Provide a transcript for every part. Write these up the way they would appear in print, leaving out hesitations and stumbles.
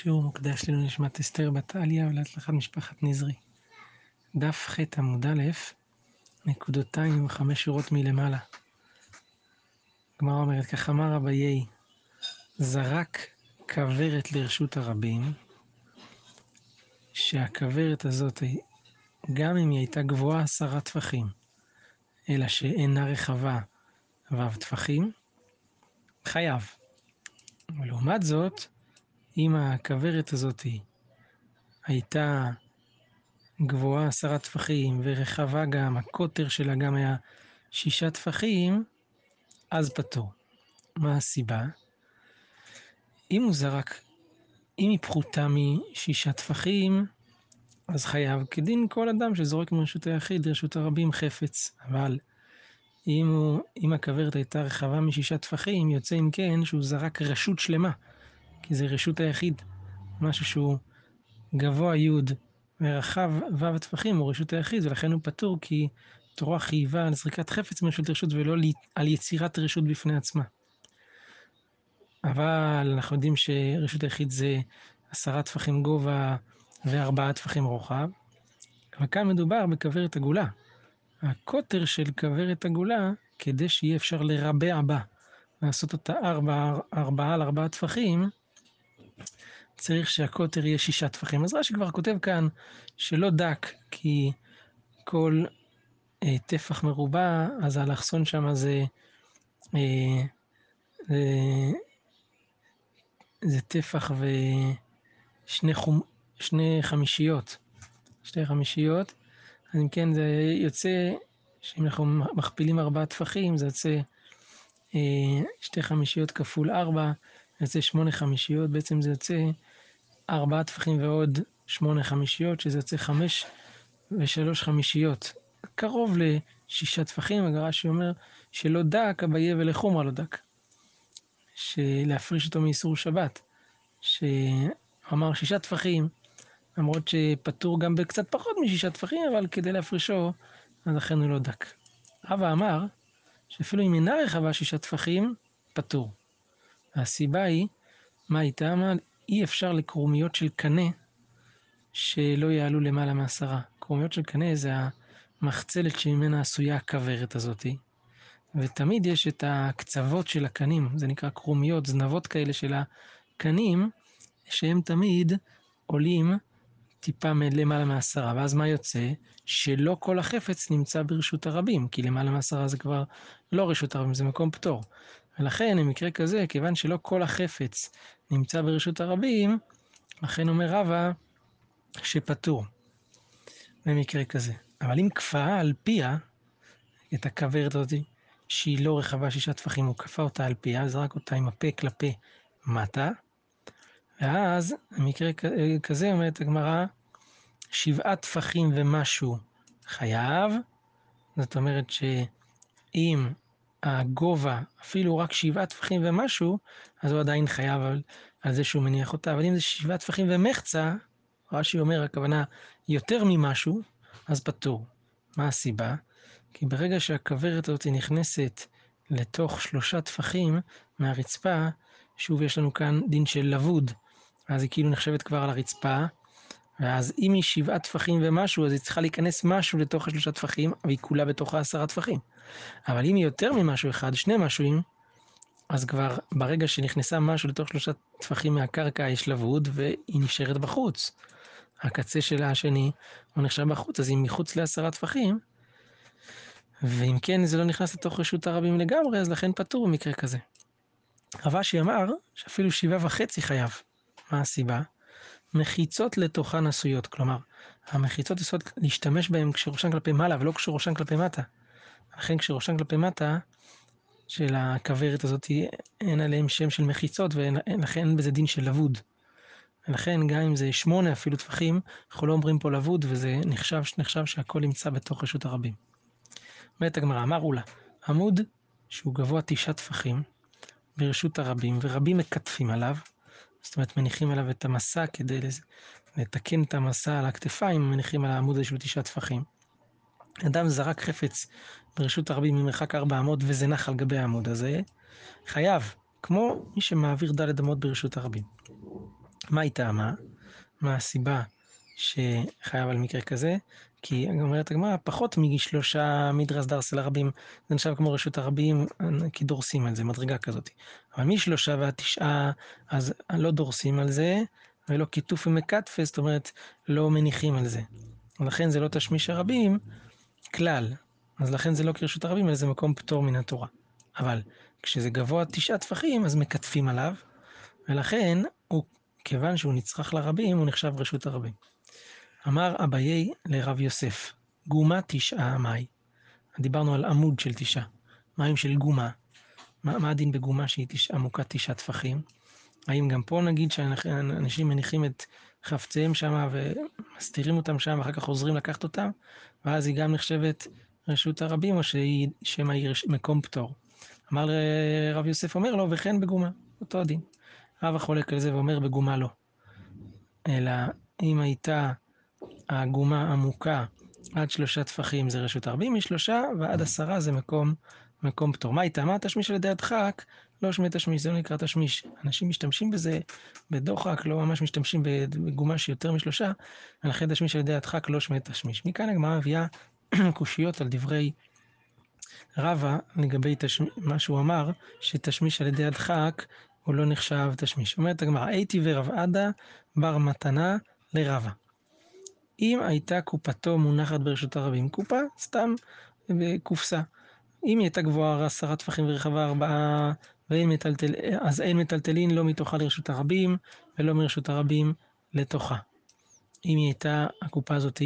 שיעור מוקדש לעילוי נשמת אסתר בת עליה ולהצלחת משפחת נזרי. דף ח' עמוד א', נקודותיים עם 5 שורות מלמעלה. הגמרא אומרת, כך אמר אביי, זרק כוורת לרשות הרבים, שהכוורת הזאת, גם אם היא הייתה גבוהה 10 טפחים, אלא שאינה רחבה ו' טפחים, חייב. ולעומת זאת, אם הכוורת הזאת הייתה גבוהה 10 טפחים ורחבה גם, הקוטר שלה גם היה 6 טפחים, אז פטור. מה הסיבה? אם היא פחותה מ6 טפחים, אז חייב כדין כל אדם שזורק מרשות היחיד לרשות הרבים חפץ. אבל אם הכוורת הייתה רחבה מ6 טפחים, יוצא אם כן שהוא זרק רשות שלמה, כי זה רשות היחיד, משהו שהוא גבוה י' ורחב ו' טפחים הוא רשות היחיד, ולכן הוא פטור, כי תורה חייבה על זריקת חפץ מרשות לרשות ולא על יצירת רשות בפני עצמה. אבל אנחנו יודעים שרשות היחיד זה 10 טפחים גובה ו4 טפחים רוחב, וכאן מדובר בכוורת עגולה. הקוטר של כוורת עגולה, כדי שיהיה אפשר לרבע בה, לעשות אותה 4 על 4 טפחים, צריך שהקוטר יהיה 6 טפחים. אז רש"י כבר כותב כאן שלא דק, כי כל טפח מרובע, אז האלכסון שם זה טפח שני חמישיות. אז אם כן זה יוצא, שאם אנחנו מכפילים 4 טפחים, זה יוצא 2 חמישיות כפול 4, זה יוצא 8 חמישיות, בעצם זה יוצא 4 טפחים ועוד 8 חמישיות, שזה יוצא 5 ו3 חמישיות. קרוב ל6 טפחים, רש"י אומר שלא דק, אביי ולחומרה לא דק. שלהפריש אותו מאיסור שבת. שאמר 6 טפחים, למרות שפטור גם בקצת פחות מ6 טפחים, אבל כדי להפרישו, אז לכן הוא לא דק. רבא אמר שאפילו אם אינה רחבה 6 טפחים, פטור. הסיבה היא, מה הייתה? אי אפשר לקרומיות של קנה שלא יעלו למעלה מ10. קרומיות של קנה זה המחצלת שממנה עשויה הכוורת הזאת, ותמיד יש את הקצוות של הקנים, זה נקרא קרומיות, זנבות כאלה של הקנים, שהם תמיד עולים טיפה למעלה מ10, ואז מה יוצא? שלא כל החפץ נמצא ברשות הרבים, כי למעלה מ10 זה כבר לא רשות הרבים, זה מקום פטור. ולכן, במקרה כזה, כיוון שלא כל החפץ נמצא ברשות הרבים, לכן אומר רבא שפטור במקרה כזה. אבל אם כפאה על פיה, את הכוורת הזאת, שהיא לא רחבה 6 טפחים, הוא כפה אותה על פיה, זרק אותה עם הפה כלפי מטה, ואז, במקרה כזה, אומרת הגמרא, 7 טפחים ומשהו חייב, זאת אומרת שאם הגובה אפילו רק 7 טפחים ומשהו, אז הוא עדיין חייב על זה שהוא מניח אותה, אבל אם זה 7 טפחים ומחצה, רש"י אומר, הכוונה יותר ממשהו, אז פטור. מה הסיבה? כי ברגע שהכוורת הזאת נכנסת לתוך 3 טפחים מהרצפה, שוב יש לנו כאן דין של לבוד, אז היא כאילו נחשבת כבר על הרצפה, ואז אם היא 7 טפחים ומשהו, אז היא צריכה להיכנס משהו לתוך 3 טפחים, והיא כולה בתוך 10 טפחים. אבל אם היא יותר ממשהו אחד, 2 משואים, אז כבר ברגע שנכנסה משהו לתוך 3 טפחים מהקרקע, יש לבוד, והיא נשארת בחוץ. הקצה שלה השני הוא נחשב בחוץ, אז היא מחוץ ל10 טפחים, ואם כן זה לא נכנס לתוך רשות הרבים לגמרי, אז לכן פטור במקרה כזה. רש"י אמר שאפילו 7.5 חייב. מה הסיבה? מחיצות לתוכן עשויות, כלומר, המחיצות עשויות להשתמש בהן כשראשן כלפי מעלה, ולא כשראשן כלפי מטה. לכן כשראשן כלפי מטה, של הכוורת הזאת, אין עליהם שם של מחיצות, ולכן אין בזה דין של לבוד. ולכן גם אם זה 8 אפילו טפחים, אנחנו לא אומרים פה לבוד, וזה נחשב שהכל נמצא בתוך רשות הרבים. אומרת הגמרא, אמרו לה, עמוד שהוא גבוה 9 טפחים, ברשות הרבים, ורבים מקטפים עליו, זאת אומרת מניחים עליו את המסע כדי לתקן את המסע על הכתפיים, מניחים על העמוד הזה של 9 טפחים. אדם זרק חפץ ברשות הרבים ממרחק 400 וזה נח על גבי העמוד הזה, חייב, כמו מי שמעביר ד' אמות ברשות הרבים. מה הייתה מה הסיבה שחייב על מקרה כזה? כי אומרת הגמרא, פחות משלושה מדרס דרסל הרבים, זה נחשב כמו רשות הרבים, כי דורסים על זה, מדרגה כזאת. אבל משלושה ועד תשעה, אז לא דורסים על זה, ולא כיתוף ומקטפה, זאת אומרת, לא מניחים על זה. ולכן זה לא תשמיש הרבים כלל. אז לכן זה לא כרשות הרבים, אלא זה מקום פטור מן התורה. אבל כשזה גבוה 9 טפחים, אז מקטפים עליו, ולכן הוא, כיוון שהוא נצרך לרבים, הוא נחשב רשות הרבים. אמר אביי לרב יוסף, גומה 9 מאי. דיברנו על עמוד של 9. מים של גומה. מה הדין בגומה שהיא עמוקה 9 טפחים? האם גם פה נגיד שאנשים מניחים את חפציהם שם ומסתירים אותם שם ואחר כך חוזרים לקחת אותם, ואז היא גם נחשבת רשות הרבים, או שהיא שמא היא מקום פטור? אמר לרב יוסף, אומר לו, וכן בגומה, אותו הדין. רב החולק על זה ואומר בגומה לא. אלא אם הייתה הגומה עמוקה עד 3 טפחים זה רשות הרבים, משלושה ועד 10 זה מקום פטור. מה הייתה? מה תשמיש על ידי הדחק? לא שמי תשמיש, זה לא נקרא תשמיש. אנשים משתמשים בזה בדוחק, לא ממש משתמשים בגומה שיותר משלושה, ולכן תשמיש על ידי הדחק לא שמי תשמיש. מכאן הגמרא מביאה קושיות על דברי רבא לגבי מה שהוא אמר, שתשמיש על ידי הדחק הוא לא נחשב תשמיש. אומרת הגמרא, הייתי ורב עדה בר מתנה לרבא. אם הייתה קופתו מונחת ברשות הרבים, קופה סתם בקופסה. אם היא הייתה גבוהה 10 טפחים ורחבה 4, אז אין מטלטלין לא מתוכה לרשות הרבים, ולא מרשות הרבים לתוכה. אם היא הייתה, הקופה הזאת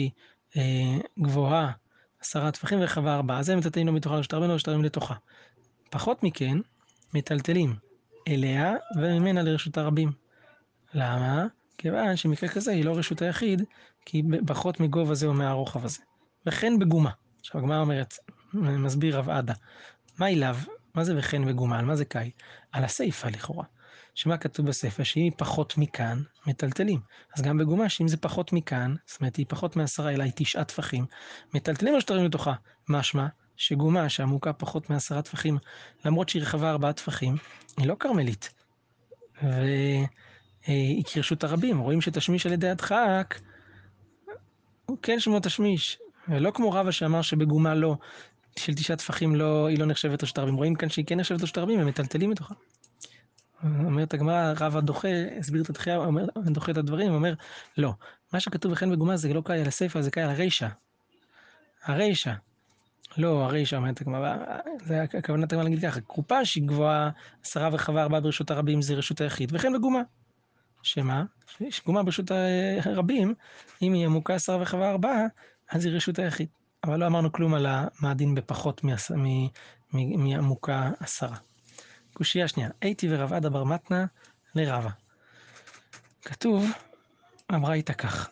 גבוהה 10 טפחים ורחבה 4, אז אין מטלטלין לא מתוכה לרשות הרבים, לא לרשות הרבים לתוכה. פחות מכן, מטלטלים אליה וממנה לרשות הרבים. למה? כיוון שמקרה כזה היא לא רשות היחיד, כי פחות מגובה זה או מהרוחב הזה. וכן בגומה. עכשיו הגמרא אומרת, מסביר רב עדה, מה אליו? מה זה וכן בגומה? על מה זה קאי? על הסיפה לכאורה. שמה כתוב בסיפה? שאם היא פחות מכאן, מטלטלים. אז גם בגומה, שאם זה פחות מכאן, זאת אומרת היא פחות מ10 אלא היא 9 טפחים, מטלטלים או שתרים לתוכה? משמע שגומה שעמוקה פחות מ10 טפחים, למרות שהיא רחבה 4 טפחים, היא לא קרמלית. היא כרשות הרבים, רואים שתשמיש על ידי הדחק, הוא כן שמו תשמיש, ולא כמו רבא שאמר שבגומה לא, של 9 טפחים לא, היא לא נחשבת רשות הרבים, רואים כאן שהיא כן נחשבת רשות הרבים, הם מטלטלים מתוכה. אומרת הגמרא, רבא דוחה, הסביר את התחייה, דוחה את הדברים, אומר, לא, מה שכתוב וכן בגומה זה לא קאי על הסיפה, זה קאי על הרישה. הרישה. לא, הרישה, אומרת הגמרא, זה הכוונת הגמרא להגיד ככה, קופה שהיא גבוהה 10 ורחבה 4 ברשות הרבים זה רשות היחיד, וכן בגומה. שמה? שגומה ברשות הרבים, אם היא עמוקה 10 ורחבה 4, אז היא רשות היחיד. אבל לא אמרנו כלום על מה הדין בפחות מעמוקה 10. קושייה שנייה, הייתי ורב עדה בר מתנה לרבא. כתוב, אמרה איתה כך,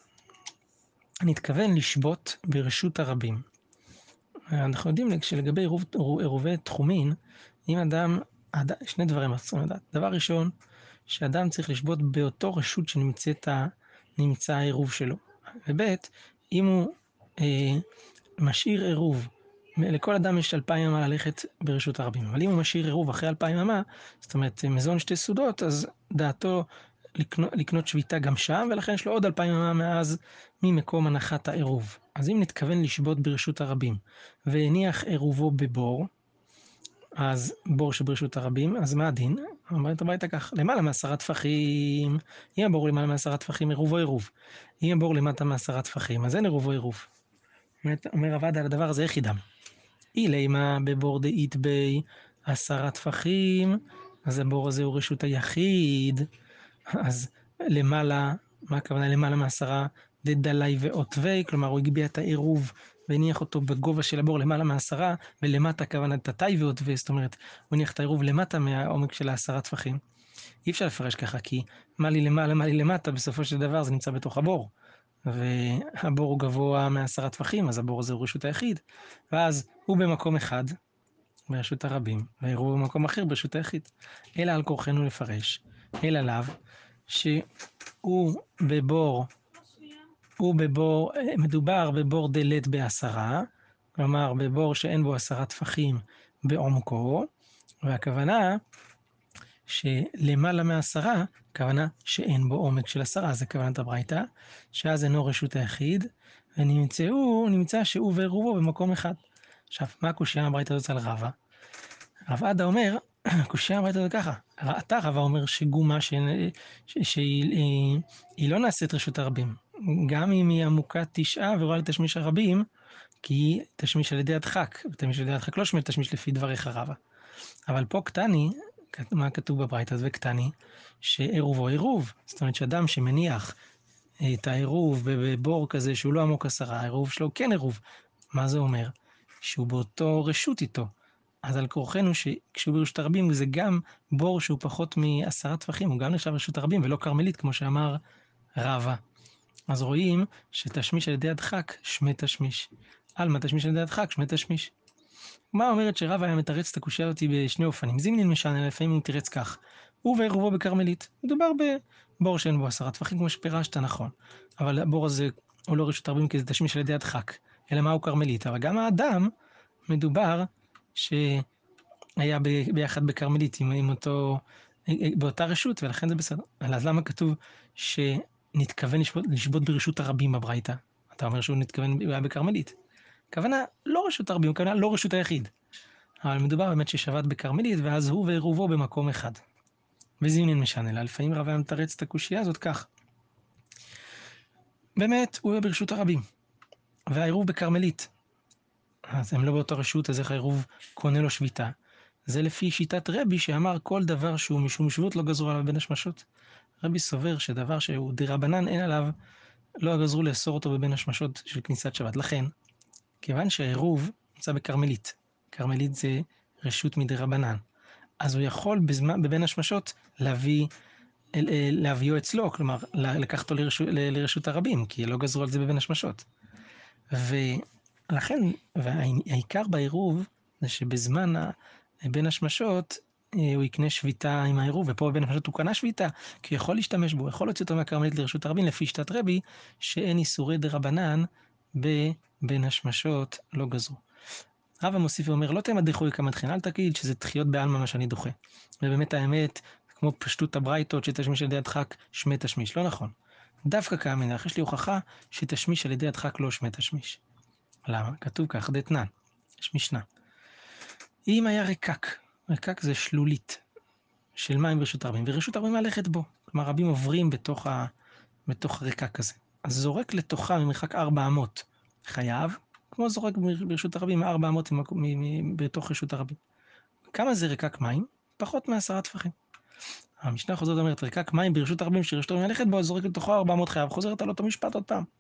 נתכוון לשבות ברשות הרבים. אנחנו יודעים שלגבי עירובי תחומין, אם אדם, שני דברים צריכים לדעת. דבר ראשון, שאדם צריך לשבות באותו רשות שנמצא העירוב שלו. וב' אם הוא משאיר עירוב, לכל אדם יש 2,000 אמה ללכת ברשות הרבים, אבל אם הוא משאיר עירוב אחרי 2,000 אמה, זאת אומרת מזון 2 סעודות, אז דעתו לקנות שביתה גם שם, ולכן יש לו עוד 2,000 אמה מאז ממקום הנחת העירוב. אז אם נתכוון לשבות ברשות הרבים, והניח עירובו בבור, אז בור שברשות הרבים, אז מה הדין? אומרת הביתה כך, למעלה מ10 טפחים, אם הבור למעלה מ10 טפחים, עירובו עירוב. אם הבור למטה מ10 טפחים, אז אין עירובו עירוב. אומר עבד על הדבר הזה, איך ידם? אילימה בבור דאית בי 10 טפחים, אז הבור הזה הוא רשות היחיד, אז למעלה, מה הכוונה למעלה מ10 דדלי ועוטווי, כלומר הוא הגביע את העירוב והניח אותו בגובה של הבור למעלה מ10, ולמטה הכוונה דתאי ועוטווי, זאת אומרת הוא הניח את העירוב למטה מהעומק של 10 טפחים. אי אפשר לפרש ככה, כי מה לי למעלה, מה לי למטה, בסופו של דבר זה נמצא בתוך הבור. והבור הוא גבוה מ10 טפחים, אז הבור הזה הוא רשות היחיד, ואז הוא במקום אחד ברשות הרבים, והעירוב במקום אחר ברשות היחיד. אלא על כורחנו לפרש, אלא לאו, שהוא בבור, מדובר בבור דלת ב10, כלומר בבור שאין בו 10 טפחים בעומקו, והכוונה שלמעלה מ10, כוונה שאין בו עומק של 10, זה כוונת הברייתא, שאז אינו רשות היחיד, ונמצא שהוא ועירובו במקום אחד. עכשיו, מה הקושייה הברייתא הזאת על רבא? רב עדה אומר, קושייה הברייתא הזאת ככה, אתה רבא אומר שגומה שהיא לא נעשית רשות הרבים, גם אם היא עמוקה 9 ורואה לתשמיש הרבים, כי היא תשמיש על ידי הדחק, ותשמיש על ידי הדחק לא שומט תשמיש לפי דבריך רבא. אבל פה קטני, מה כתוב בברייתא הזאת וקטני? שעירובו עירוב. זאת אומרת שאדם שמניח את העירוב בבור כזה שהוא לא עמוק 10, העירוב שלו כן עירוב. מה זה אומר? שהוא באותו רשות איתו. אז על כורחנו שכשהוא ברשות הרבים זה גם בור שהוא פחות מ10 טפחים, הוא גם נחשב רשות הרבים ולא כרמלית כמו שאמר רבא. אז רואים שתשמיש על ידי הדחק שמי תשמיש. עלמא תשמיש על ידי הדחק שמי תשמיש. מה אומרת שרבא היה מתרץ את הקושייה אותי בשני אופנים? זימנין משנה, לפעמים הוא תרץ כך. הוא ועירובו בכרמלית. מדובר בבור שאין בו 10 טפחים כמו שפירשת נכון. אבל הבור הזה הוא לא רשות הרבים כי זה תשמיש על ידי הדחק. אלא מה הוא כרמלית? אבל גם האדם מדובר שהיה ביחד בכרמלית עם אותו, באותה רשות, ולכן זה בסדר. אז למה כתוב שנתכוון לשבות ברשות הרבים בברייתא? אתה אומר שהוא נתכוון, הוא היה בכרמלית. הכוונה לא רשות הרבים, הכוונה לא רשות היחיד. אבל מדובר באמת ששבת בכרמלית, ואז הוא ועירובו במקום אחד. וזימנין משנה לה, לפעמים רבא מתרץ את הקושייה הזאת כך. באמת, הוא היה ברשות הרבים, והעירוב בכרמלית. אז הם לא באותה רשות, אז איך העירוב קונה לו שביתה? זה לפי שיטת רבי שאמר כל דבר שהוא משום שבות לא גזרו עליו בין השמשות. רבי סובר שדבר שהוא דרבנן אין עליו, לא גזרו לאסור אותו בבין השמשות של כניסת שבת. לכן, כיוון שהעירוב נמצא בכרמלית, כרמלית זה רשות מדרבנן, אז הוא יכול בבין השמשות להביאו אצלו, כלומר לקחת אותו לרשות הרבים, כי לא גזרו על זה בבין השמשות. ולכן, והעיקר בעירוב זה שבזמן בין השמשות הוא יקנה שביתה עם העירוב, ופה בבין השמשות הוא קנה שביתה, כי הוא יכול להשתמש בו, הוא יכול להוציא אותו מהכרמלית לרשות הרבים, לפי שיטת רבי, שאין איסורי דרבנן בבין השמשות לא גזרו. רבא מוסיף ואומר, לא תמא דחוי כמדחין, אל תגיד שזה דחיות בעלמא מה שאני דוחה. ובאמת האמת, כמו פשטות הברייתות שתשמיש על ידי הדחק, שמי תשמיש. לא נכון. דווקא כאמינך, יש לי הוכחה שתשמיש על ידי הדחק לא שמי תשמיש. למה? כתוב כך, דתנן. יש משנה. אם היה רקק, רקק זה שלולית של מים ברשות הרבים, ורשות הרבים מהלכת בו. כלומר, רבים עוברים בתוך הרקק הזה. אז זורק לתוכה ממרחק 400 חייב, כמו זורק ברשות הרבים 400 בתוך רשות הרבים. כמה זה רקק מים? פחות מ10 טפחים. המשנה חוזרת אומרת, רקק מים ברשות הרבים שרשות הרבים מהלכת בו, זורק לתוכו 400 חייב, חוזרת על אותו משפט עוד פעם.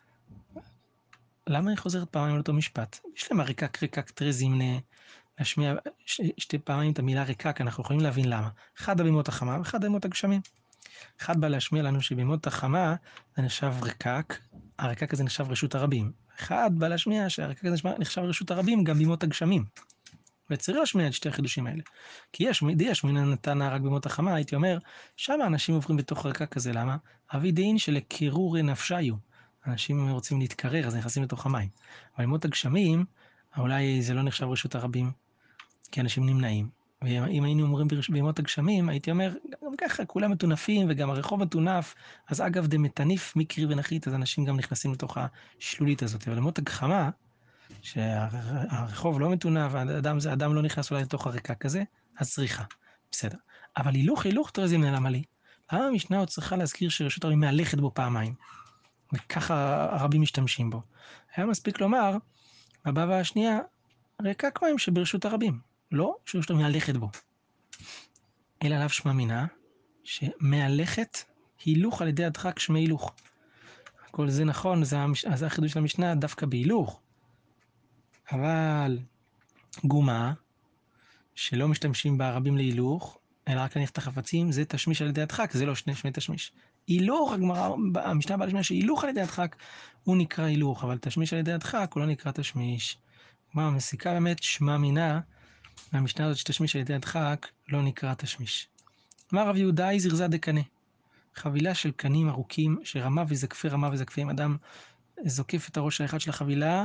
למה היא חוזרת פעמיים על אותו משפט? יש למה רקק תרזים להשמיע שתי פעמים את המילה רקק, אנחנו יכולים להבין למה. אחד בימות החמה ואחד בימות הגשמים. אחד בא להשמיע לנו שבימות החמה זה נחשב רקק, הרקק הזה נחשב רשות הרבים. אחד בא להשמיע שהרקק הזה נחשב רשות הרבים גם בימות הגשמים. וצריך להשמיע את שתי החידושים האלה. כי יש מן נתנה רק בימות החמה, הייתי אומר, שם האנשים עוברים בתוך הרקק הזה, למה? אבי דין שלקירור נפשיו. אנשים רוצים להתקרר, אז נכנסים לתוך המים. אבל בימות הגשמים, אולי זה לא נחשב רשות הרבים, כי אנשים נמנעים. ואם היינו אומרים בימות הגשמים, הייתי אומר, גם ככה, כולם מטונפים, וגם הרחוב מטונף, אז אגב, דמטניף מקרי ונחית, אז אנשים גם נכנסים לתוך השלולית הזאת. אבל בימות הגחמה, שהרחוב לא מטונף, והאדם לא נכנס אולי לתוך הרקק הזה, אז צריכה. בסדר. אבל הילוך תרזים למה לי? למה המשנה עוד צריכה להזכיר שרשות הרבים מהלכת בו פעמיים? וככה הרבים משתמשים בו. היה מספיק לומר, בבבא השנייה, רקק מים שברשות הרבים. לא שרשות הרבים מהלכת בו. אלא עליו שמע מינה, שמהלכת הילוך על ידי הדחק שמי הילוך. כל זה נכון, זה החידוש של המשנה דווקא בהילוך. אבל גומה, שלא משתמשים בה רבים להילוך, אלא רק להניח את החפצים, זה תשמיש על ידי הדחק, זה לא שמי תשמיש. הילוך, המשנה באה לשמיע שהילוך על ידי הדחק, הוא נקרא הילוך, אבל תשמיש על ידי הדחק הוא לא נקרא תשמיש. כלומר, מסיקה באמת שמע מינה, והמשנה הזאת שתשמיש על ידי הדחק לא נקרא תשמיש. אמר רב יהודה זרזה דקנה, חבילה של קנים ארוכים שרמה וזקפי, אם אדם זוקף את הראש האחד של החבילה,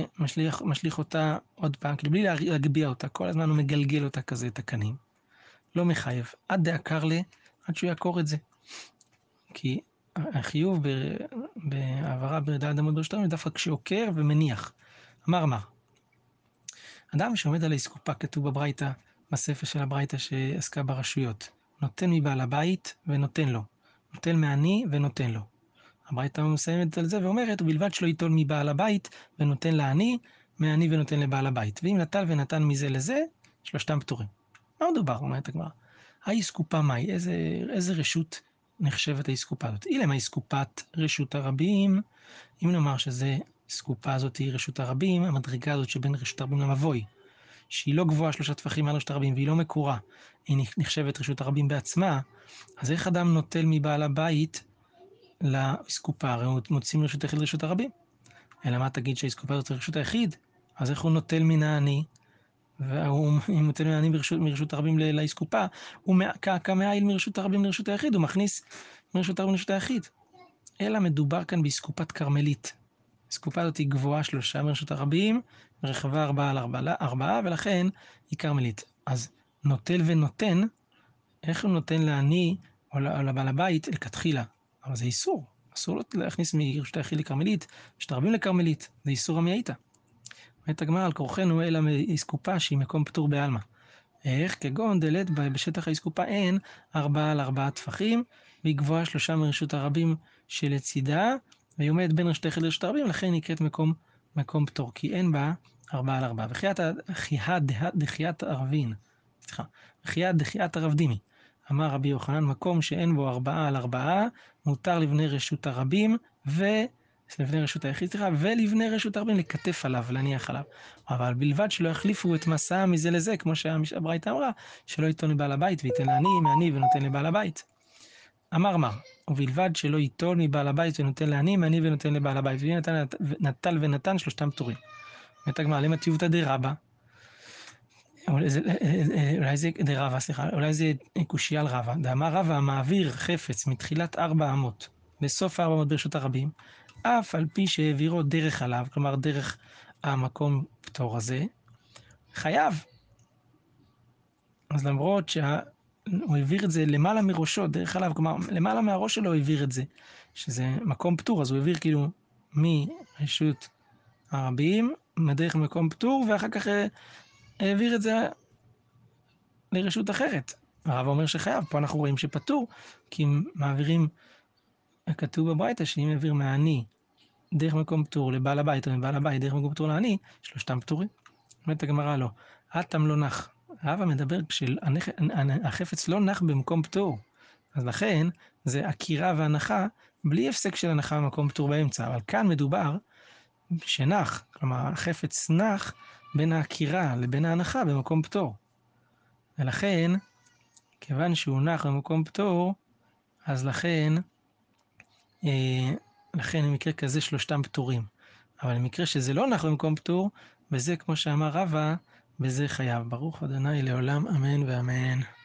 ומשליך אותה עוד פעם, כאילו בלי להגביע אותה, כל הזמן הוא מגלגל אותה כזה את הקנים. לא מחייב. עד דעקר לה, עד שהוא יעקור את זה. כי החיוב בעברה בדלת אמות בראש תרבים, דווקא כשעוקר ומניח. אמר, אדם שעומד על האסקופה, כתוב בברייתא, בספר של הברייתא שעסקה ברשויות, נותן מבעל הבית ונותן לו. נותן מעני ונותן לו. הברייתא מסיימת על זה ואומרת, ובלבד שלא ייטול מבעל הבית ונותן לעני, מעני ונותן לבעל הבית. ואם נטל ונתן מזה לזה, שלושתם פטורים. מה מדובר? אומרת הגמרא. האסקופה מהי? איזה רשות נחשבת האסקופה הזאת? אילמה אסקופת רשות הרבים, אם נאמר שזה, אסקופה הזאת היא רשות הרבים, המדרגה הזאת שבין רשות הרבים למבוי, שהיא לא גבוהה 3 טפחים מעל רשות הרבים והיא לא מקורה, היא נחשבת רשות הרבים בעצמה, אז איך אדם נוטל מבעל הבית לאסקופה? הרי הוא מוציא מרשות היחיד לרשות הרבים. אלא מה תגיד שהאסקופה הזאת היא רשות היחיד? אז איך הוא נוטל מן העני? והוא נוטל מן העני מרשות הרבים לאסקופה, הוא כמעיל מרשות הרבים לרשות היחיד, הוא מכניס מרשות הרבים לרשות היחיד. אלא מדובר כאן באסקופת קרמלית. האסקופה הזאת היא גבוהה 3 מרשות הרבים, רחבה 4 על 4, ולכן היא קרמלית. אז נוטל ונותן, איך הוא נותן לעני או לבעל הבית לכתחילה? אבל זה איסור. אסור לו להכניס מרשות היחיד לקרמלית, רשות הרבים לקרמלית, זה איסור המייתא. אומרת הגמרא על כורחנו אלא מאסקופה שהיא מקום פטור בעלמא. איך? כגון דלת בשטח האסקופה אין 4 על 4 טפחים, והיא גבוהה 3 מרשות הרבים שלצידה, והיא עומדת בין רשות היחיד לרשות הרבים, לכן היא נקראת מקום פטור, כי אין בה 4 על 4. דחיית ערבין, סליחה, דחיית ערב דימי. אמר רבי יוחנן, מקום שאין בו 4 על 4, מותר לבני רשות הרבים, לבני רשות היחיד, ולבני רשות הרבים לכתף עליו, להניח עליו. אבל בלבד שלא יחליפו את מסע מזה לזה, כמו שהברייתא אמרה, שלא ייטול מבעל הבית וייתן לעני, מעני ונותן לבעל הבית. אמר, ובלבד שלא ייטול מבעל הבית ונותן לעני, מעני ונותן לבעל הבית. ואם נטל ונתן, שלושתם פטורים. אומרת הגמרא, למה טיובתא דרבא? אולי זה דרבא, סליחה, אולי זה קושיה על רבא. דאמר רבא, מעביר חפץ מתחילת 4 אמות, בסוף 4 אמות ברשות הרבים, אף על פי שהעבירו דרך עליו, כלומר דרך המקום פטור הזה, חייב. אז למרות שהוא העביר את זה למעלה מראשו, דרך עליו, כלומר למעלה מהראש שלו הוא העביר את זה, שזה מקום פטור, אז הוא העביר כאילו מרשות הרבים, מדרך מקום פטור, ואחר כך העביר את זה לרשות אחרת. הרב אומר שחייב, פה אנחנו רואים שפטור, כי מעבירים, כתוב בברייתא שאם העביר מהעני דרך מקום פטור לבעל הבית, או מבעל הבית דרך מקום פטור לעני, שלושתם פטורים. אומרת הגמרא לא, אטם לא נח. רבא מדבר כשהחפץ לא נח במקום פטור. אז לכן זה עקירה והנחה בלי הפסק של הנחה במקום פטור באמצע. אבל כאן מדובר שנח, כלומר החפץ נח בין העקירה לבין ההנחה במקום פטור. ולכן, כיוון שהוא נח במקום פטור, אז לכן במקרה כזה שלושתם פטורים. אבל במקרה שזה לא נח במקום פטור, וזה כמו שאמר רבא, בזה חייב. ברוך ה' לעולם, אמן ואמן.